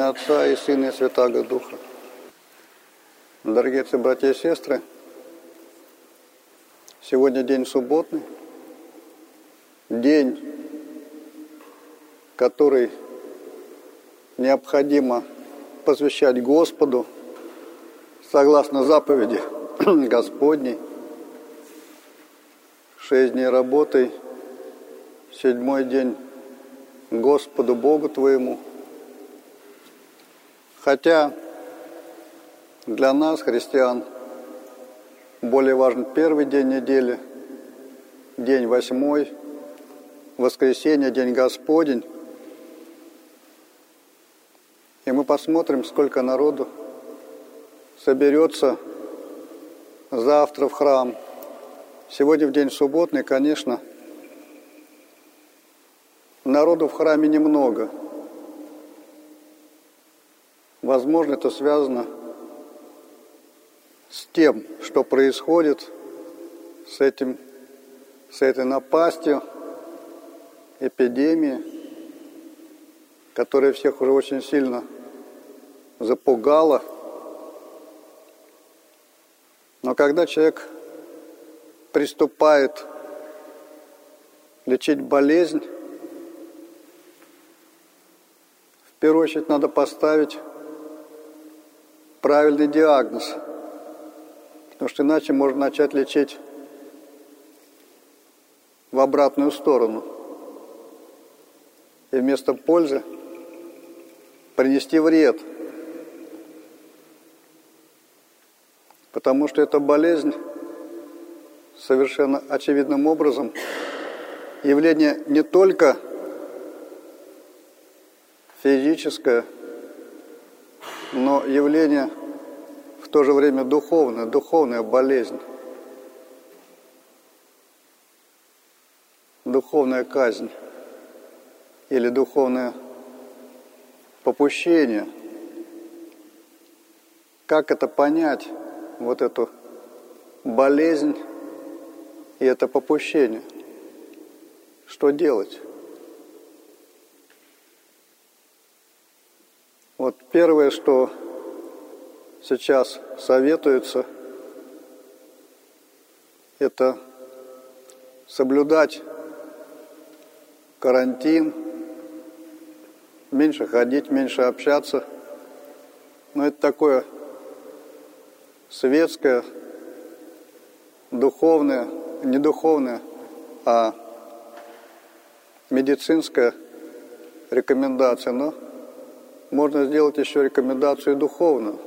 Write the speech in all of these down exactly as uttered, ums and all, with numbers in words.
имя Отца и Сына и Святаго Духа. Дорогие отцы, братья и сестры, сегодня день субботный, день, который необходимо посвящать Господу согласно заповеди Господней. Шесть дней работай, седьмой день Господу Богу твоему. Хотя для нас, христиан, более важен первый день недели, день восьмой, воскресенье, день Господень. И мы посмотрим, сколько народу соберется завтра в храм. Сегодня в день субботный, конечно, народу в храме немного. Возможно, это связано с тем, что происходит с этим, с этой напастью, эпидемией, которая всех уже очень сильно запугала. Но когда человек приступает лечить болезнь, в первую очередь надо поставить правильный диагноз, потому что иначе можно начать лечить в обратную сторону и вместо пользы принести вред, потому что эта болезнь совершенно очевидным образом явление не только физическое, но явление в то же время духовное, духовная болезнь, духовная казнь или духовное попущение. Как это понять, вот эту болезнь и это попущение? Что делать? Вот первое, что сейчас советуется, это соблюдать карантин, меньше ходить, меньше общаться. Но это такое светское, духовное, не духовное, а медицинская рекомендация. Но можно сделать еще рекомендацию духовную.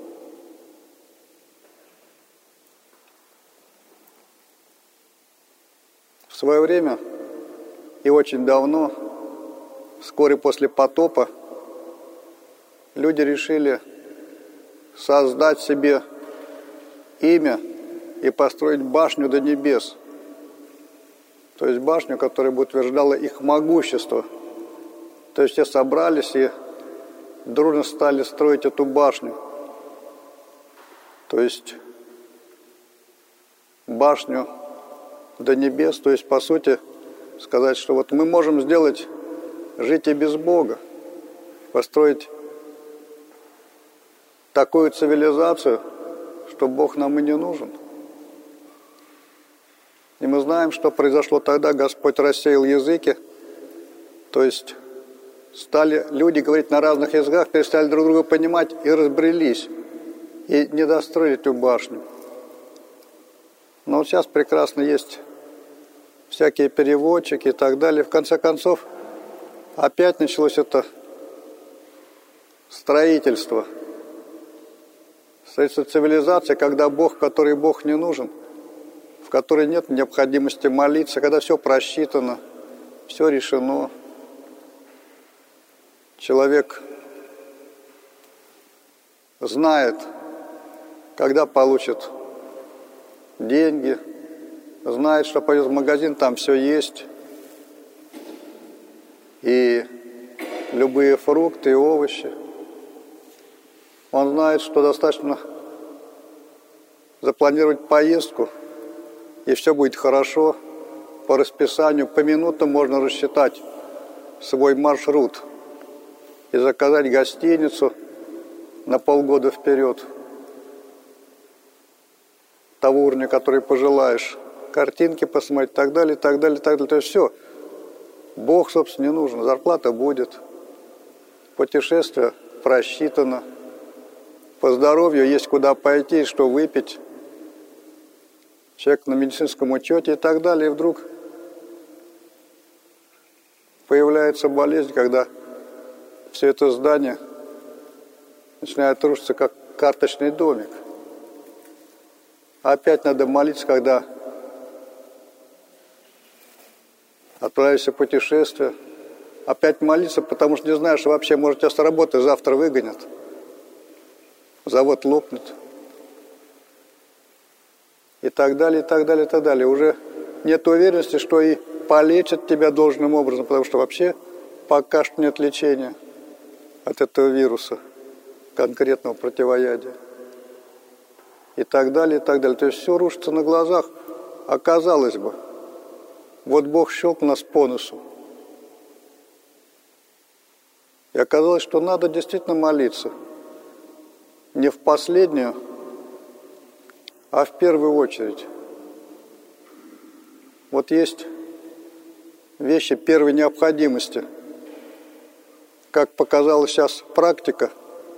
В свое время и очень давно, вскоре после потопа, люди решили создать себе имя и построить башню до небес. То есть башню, которая бы утверждала их могущество. То есть все собрались и дружно стали строить эту башню. То есть башню до небес, то есть, по сути, сказать, что вот мы можем сделать, жить и без Бога, построить такую цивилизацию, что Бог нам и не нужен. И мы знаем, что произошло тогда. Господь рассеял языки, то есть стали люди говорить на разных языках, перестали друг друга понимать и разбрелись, и не достроили эту башню. Но вот сейчас прекрасно есть всякие переводчики и так далее. В конце концов, опять началось это строительство. Строительство цивилизации, когда Бог, который Бог не нужен, в которой нет необходимости молиться, когда все просчитано, все решено. Человек знает, когда получит деньги, знает, что пойдет в магазин, там все есть. И любые фрукты и овощи. Он знает, что достаточно запланировать поездку, и все будет хорошо. По расписанию, по минутам можно рассчитать свой маршрут. и заказать гостиницу на полгода вперед того уровня, который пожелаешь, картинки посмотреть, так далее, так далее, так далее. То есть все. Бог, собственно, не нужен. Зарплата будет. Путешествие просчитано. По здоровью есть куда пойти, что выпить. Человек на медицинском учете и так далее. И вдруг появляется болезнь, когда все это здание начинает рушиться, как карточный домик. Опять надо молиться, когда отправишься в путешествие. Опять молиться, потому что не знаешь, вообще, может, тебя с работы завтра выгонят. Завод лопнет. И так далее, и так далее, и так далее. Уже нет уверенности, что и полечат тебя должным образом, потому что вообще пока что нет лечения от этого вируса, конкретного противоядия. И так далее, и так далее. То есть все рушится на глазах. А казалось бы, вот Бог щелкнул нас по носу. И оказалось, что надо действительно молиться. Не в последнюю, а в первую очередь. Вот есть вещи первой необходимости. Как показала сейчас практика,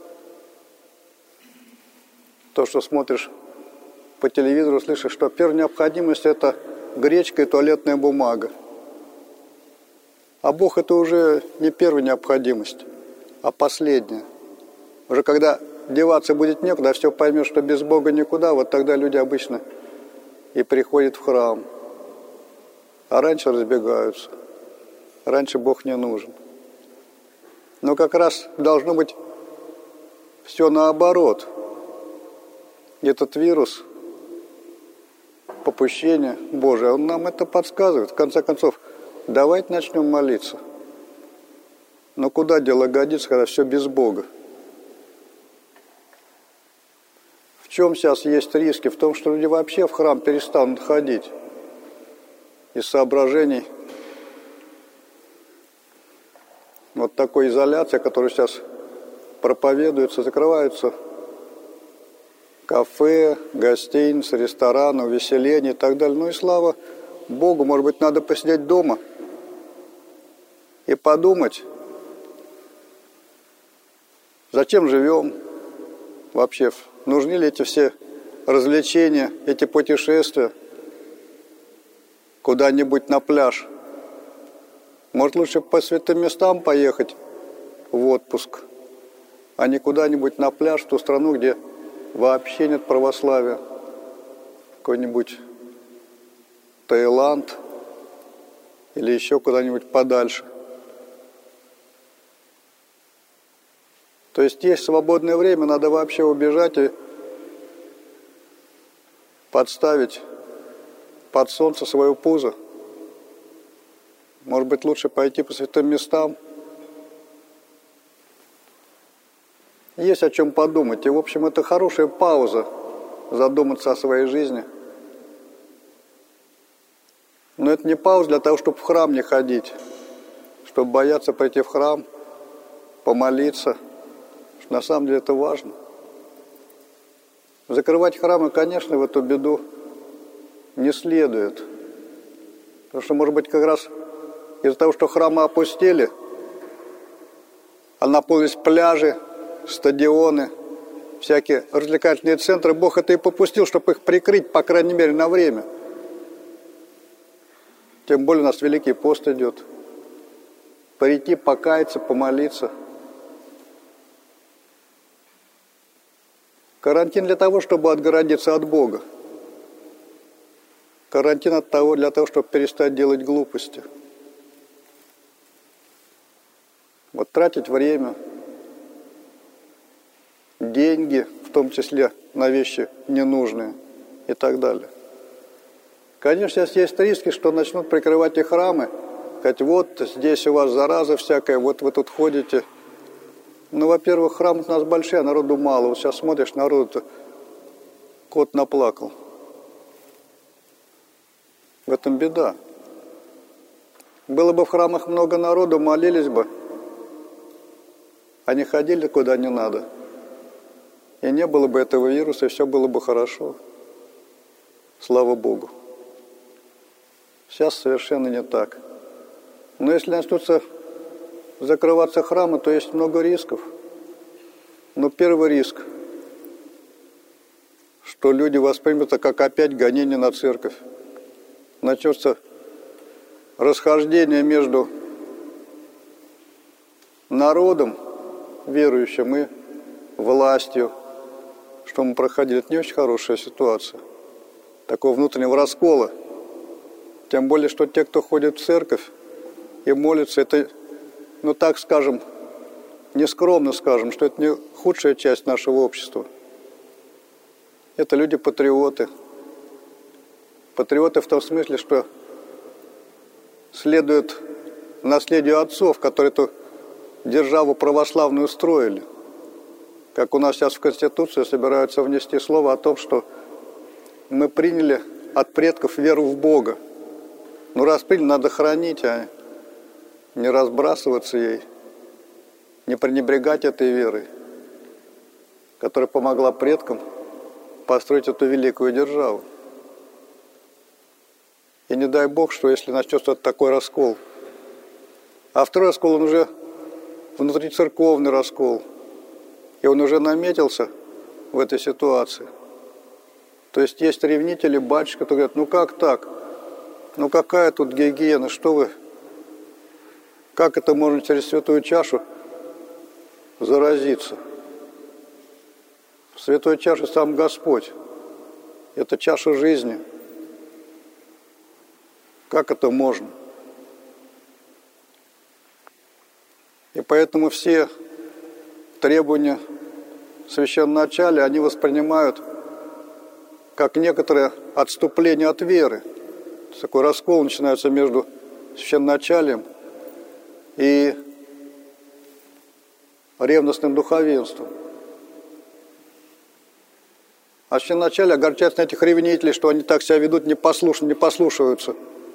то, что смотришь по телевизору, слышишь, что первая необходимость – это гречка и туалетная бумага. А Бог – это уже не первая необходимость, а последняя. Уже когда деваться будет некуда, все поймешь, что без Бога никуда, вот тогда люди обычно и приходят в храм. А раньше разбегаются. Раньше Бог не нужен. Но как раз должно быть все наоборот. Этот вирус попущения Божия, он нам это подсказывает. В конце концов, давайте начнем молиться. Но куда дело годится, когда все без Бога? В чем сейчас есть риски? В том, что люди вообще в храм перестанут ходить из соображений вот такой изоляции, которая сейчас проповедуется, закрываются кафе, гостиницы, рестораны, увеселения и так далее. Ну и слава Богу, может быть, надо посидеть дома и подумать, зачем живем вообще, нужны ли эти все развлечения, эти путешествия куда-нибудь на пляж. Может, лучше по святым местам поехать в отпуск, а не куда-нибудь на пляж, в ту страну, где вообще нет православия. Какой-нибудь Таиланд или еще куда-нибудь подальше. То есть есть свободное время, надо вообще убежать и подставить под солнце свое пузо. Может быть, лучше пойти по святым местам. Есть о чем подумать. И, в общем, это хорошая пауза задуматься о своей жизни. Но это не пауза для того, чтобы в храм не ходить, чтобы бояться пойти в храм, помолиться. На самом деле это важно. Закрывать храмы, конечно, в эту беду не следует. Потому что, может быть, как раз из-за того, что храмы опустели, а наполнились пляжи, стадионы, всякие развлекательные центры, Бог это и попустил, чтобы их прикрыть, по крайней мере, на время. Тем более у нас Великий пост идет. Прийти, покаяться, помолиться. Карантин для того, чтобы отгородиться от Бога. Карантин от того, для того, чтобы перестать делать глупости. Вот тратить время, деньги, в том числе на вещи ненужные и так далее. Конечно, сейчас есть риски, что начнут прикрывать и храмы. Сказать, вот здесь у вас зараза всякая, вот вы тут ходите. Ну, во-первых, храмы у нас большие, а народу мало. Вот сейчас смотришь, народу-то кот наплакал. В этом беда. Было бы в храмах много народу, молились бы. они ходили куда не надо. И не было бы этого вируса, и все было бы хорошо. Слава Богу. Сейчас совершенно не так. Но если начнутся закрываться храмы, то есть много рисков. Но первый риск, что люди воспримут это как опять гонение на церковь. Начнется расхождение между народом, верующим, и властью, что мы проходили. Это не очень хорошая ситуация. Такого внутреннего раскола. Тем более, что те, кто ходит в церковь и молится, это, ну так скажем, нескромно скажем, что это не худшая часть нашего общества. Это люди-патриоты. Патриоты в том смысле, что следуют наследию отцов, которые эту державу православную строили. Как у нас сейчас в Конституцию собираются внести слово о том, что мы приняли от предков веру в Бога. Ну, раз приняли, надо хранить, а не разбрасываться ей, не пренебрегать этой верой, которая помогла предкам построить эту великую державу. И не дай Бог, что если начнется такой раскол. А второй раскол, он уже внутрицерковный раскол. И он уже наметился в этой ситуации. То есть есть ревнители, батюшки, которые говорят, ну как так? Ну какая тут гигиена, что вы? Как это можно через святую чашу заразиться? В святой чаше сам Господь. Это чаша жизни. Как это можно? И поэтому все требования священноначалия, они воспринимают как некоторое отступление от веры. Такой раскол начинается между священноначалием и ревностным духовенством. А священноначалие огорчается на этих ревнителей, что они так себя ведут, не послушны, не послушаются.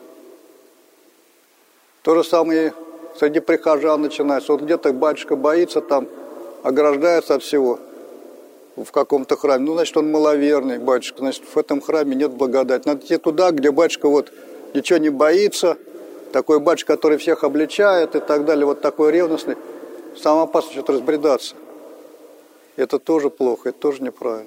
То же самое и среди прихожан начинается. Вот где-то батюшка боится там, ограждается от всего в каком-то храме. Ну, значит, он маловерный, батюшка. Значит, в этом храме нет благодати. Надо идти туда, где батюшка вот ничего не боится. Такой батюшка, который всех обличает и так далее. Вот такой ревностный. Сам опасно что-то разбредаться. Это тоже плохо, это тоже неправильно.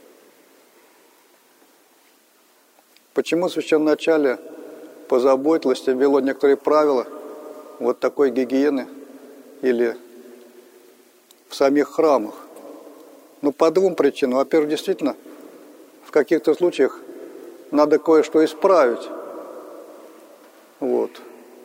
Почему священноначалие позаботилось и ввело некоторые правила вот такой гигиены или в самих храмах? Ну, по двум причинам. Во-первых, действительно, в каких-то случаях надо кое-что исправить. Вот.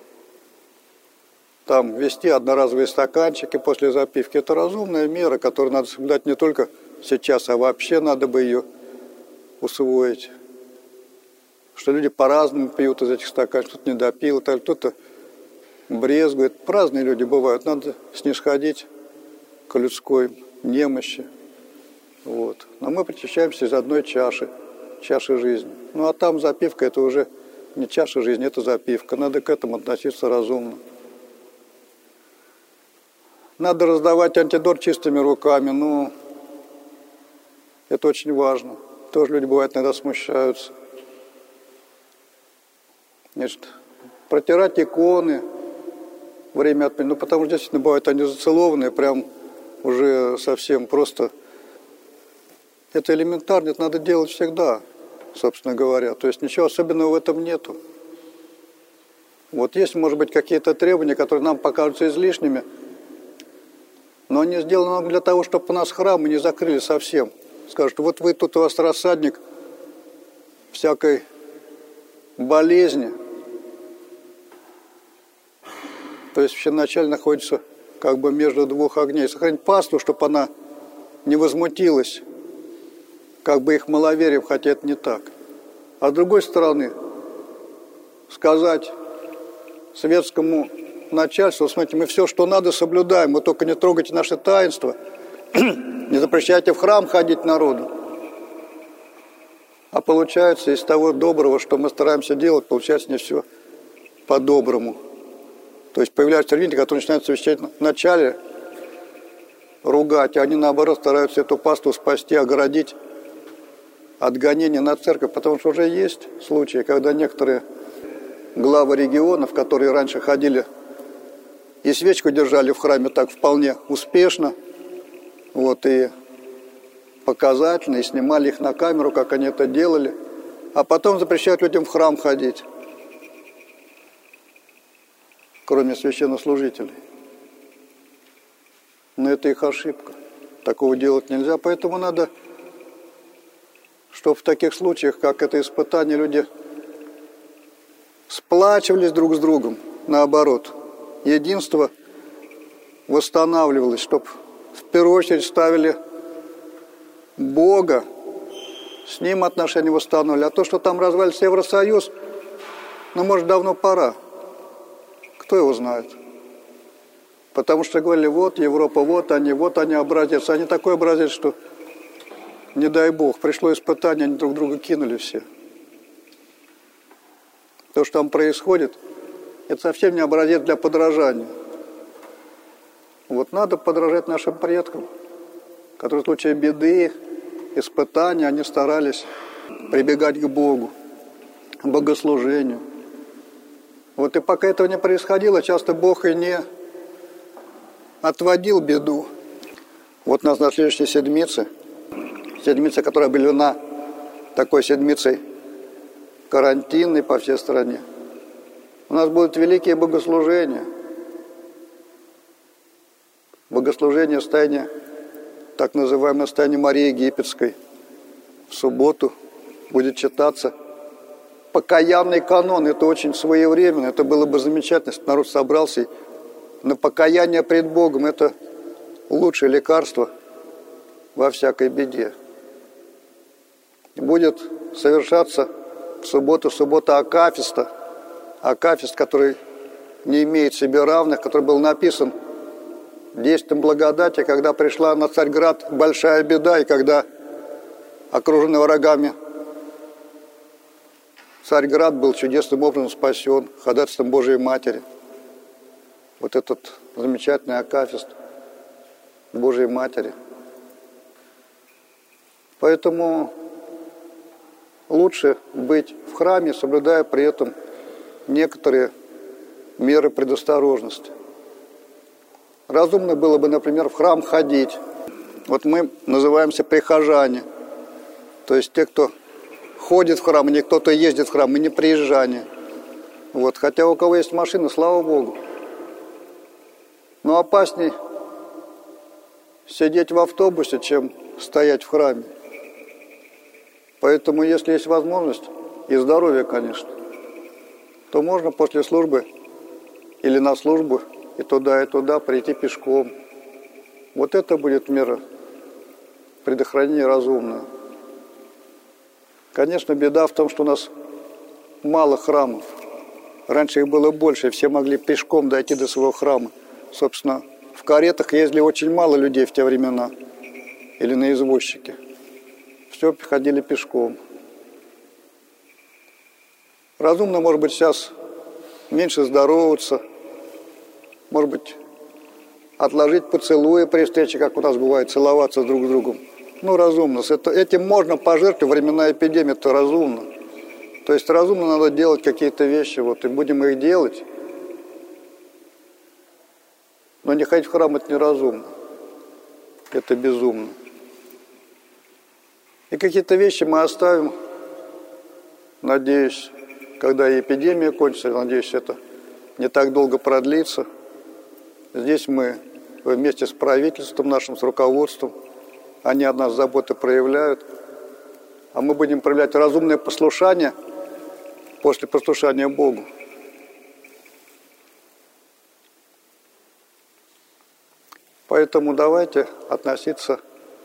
Там ввести одноразовые стаканчики после запивки. Это разумная мера, которую надо соблюдать не только сейчас, а вообще надо бы ее усвоить. Что люди по-разному пьют из этих стаканчиков. Кто-то не допил, кто-то брезгует. Разные люди бывают. Надо снисходить к людской немощи. Вот. Но мы причащаемся из одной чаши, чаши жизни. Ну а там запивка, это уже не чаша жизни, это запивка. Надо к этому относиться разумно. Надо раздавать антидот чистыми руками. Ну, это очень важно. Тоже люди, бывает, иногда смущаются. Значит, протирать иконы время от времени. Ну, потому что действительно бывают они зацелованные, прям уже совсем просто. Это элементарно, это надо делать всегда, собственно говоря. То есть ничего особенного в этом нету. Вот есть, может быть, какие-то требования, которые нам покажутся излишними, но они сделаны для того, чтобы у нас храмы не закрыли совсем. Скажут, вот вы тут, у вас рассадник всякой болезни. То есть священноначалие находится как бы между двух огней. Сохранить паству, чтобы она не возмутилась как бы их маловерием, хотя это не так. А с другой стороны, сказать светскому начальству, смотрите, мы все, что надо, соблюдаем, вы только не трогайте наши таинства, не запрещайте в храм ходить народу. А получается, из того доброго, что мы стараемся делать, получается не все по-доброму. То есть появляются ревнители, которые начинают совещать в начале, ругать, а они, наоборот, стараются эту паству спасти, оградить от гонения на церковь, потому что уже есть случаи, когда некоторые главы регионов, которые раньше ходили и свечку держали в храме так вполне успешно, вот, и показательно, и снимали их на камеру, как они это делали, а потом запрещают людям в храм ходить, кроме священнослужителей. Но это их ошибка. Такого делать нельзя, поэтому надо, чтобы в таких случаях, как это испытание, люди сплачивались друг с другом, наоборот. Единство восстанавливалось, чтобы в первую очередь ставили Бога, с Ним отношения восстанавливали. А то, что там развалится Евросоюз, ну, может, давно пора. Кто его знает? Потому что говорили, вот Европа, вот они, вот они образец. Они такой образец, что, не дай Бог, пришло испытание, они друг друга кинули все. То, что там происходит, это совсем не образец для подражания. Вот надо подражать нашим предкам, которые в случае беды, испытания, они старались прибегать к Богу, к богослужению. Вот и пока этого не происходило, часто Бог и не отводил беду. Вот у нас на следующей седмице, седмица, которая объявлена такой седмицей карантинной по всей стране, у нас будут великие богослужения. Богослужение в стайне, так называемое стайне Марии Египетской. В субботу будет читаться покаянный канон. Это очень своевременно, это было бы замечательно, если народ собрался. Но покаяние пред Богом – это лучшее лекарство во всякой беде. Будет совершаться в субботу, суббота Акафиста. Акафист, который не имеет себе равных, который был написан действием благодати, когда пришла на Царьград большая беда, и когда, окруженный врагами, Царьград был чудесным образом спасен ходатайством Божией Матери. Вот этот замечательный акафист Божией Матери. Поэтому лучше быть в храме, соблюдая при этом некоторые меры предосторожности. Разумно было бы, например, в храм ходить. Вот мы называемся прихожане. То есть те, кто ходит в храм, не кто-то ездит в храм, мы не приезжане. Вот. Хотя у кого есть машина, слава Богу. Но опасней сидеть в автобусе, чем стоять в храме. Поэтому, если есть возможность, и здоровье, конечно, то можно после службы или на службу и туда, и туда прийти пешком. Вот это будет мера предохранения разумная. Конечно, беда в том, что у нас мало храмов. Раньше их было больше, и все могли пешком дойти до своего храма. Собственно, в каретах ездили очень мало людей в те времена. Или на извозчике. Все ходили пешком. Разумно, может быть, сейчас меньше здороваться. Может быть, отложить поцелуи при встрече, как у нас бывает, целоваться друг с другом. Ну, разумно. Это, этим можно пожертвовать во времена эпидемии, это разумно. То есть разумно надо делать какие-то вещи, вот, и будем их делать. Но не ходить в храм – это неразумно. Это безумно. И какие-то вещи мы оставим, надеюсь, когда эпидемия кончится, надеюсь, это не так долго продлится. Здесь мы вместе с правительством нашим, с руководством, они от нас заботы проявляют, а мы будем проявлять разумное послушание после послушания Богу. Поэтому давайте относиться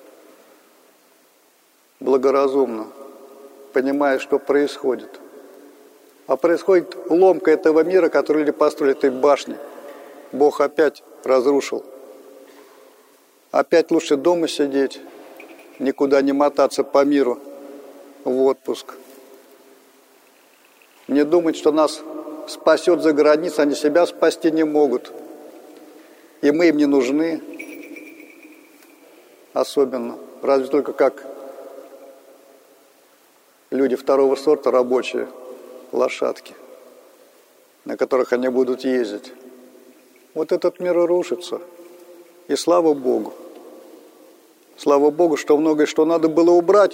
благоразумно, понимая, что происходит. А происходит ломка этого мира, который люди построили этой башни. Бог опять разрушил. Опять лучше дома сидеть, никуда не мотаться по миру в отпуск. Не думать, что нас спасет за границей, они себя спасти не могут. И мы им не нужны. особенно. Разве только как люди второго сорта, рабочие лошадки, на которых они будут ездить. Вот этот мир рушится. И слава Богу. Слава Богу, что многое, что надо было убрать,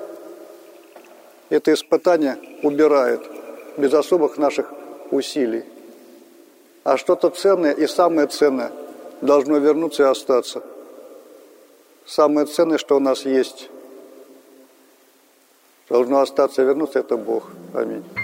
это испытание убирает без особых наших усилий. А что-то ценное и самое ценное должно вернуться и остаться. Самое ценное, что у нас есть, должно остаться и вернуться, это Бог. Аминь.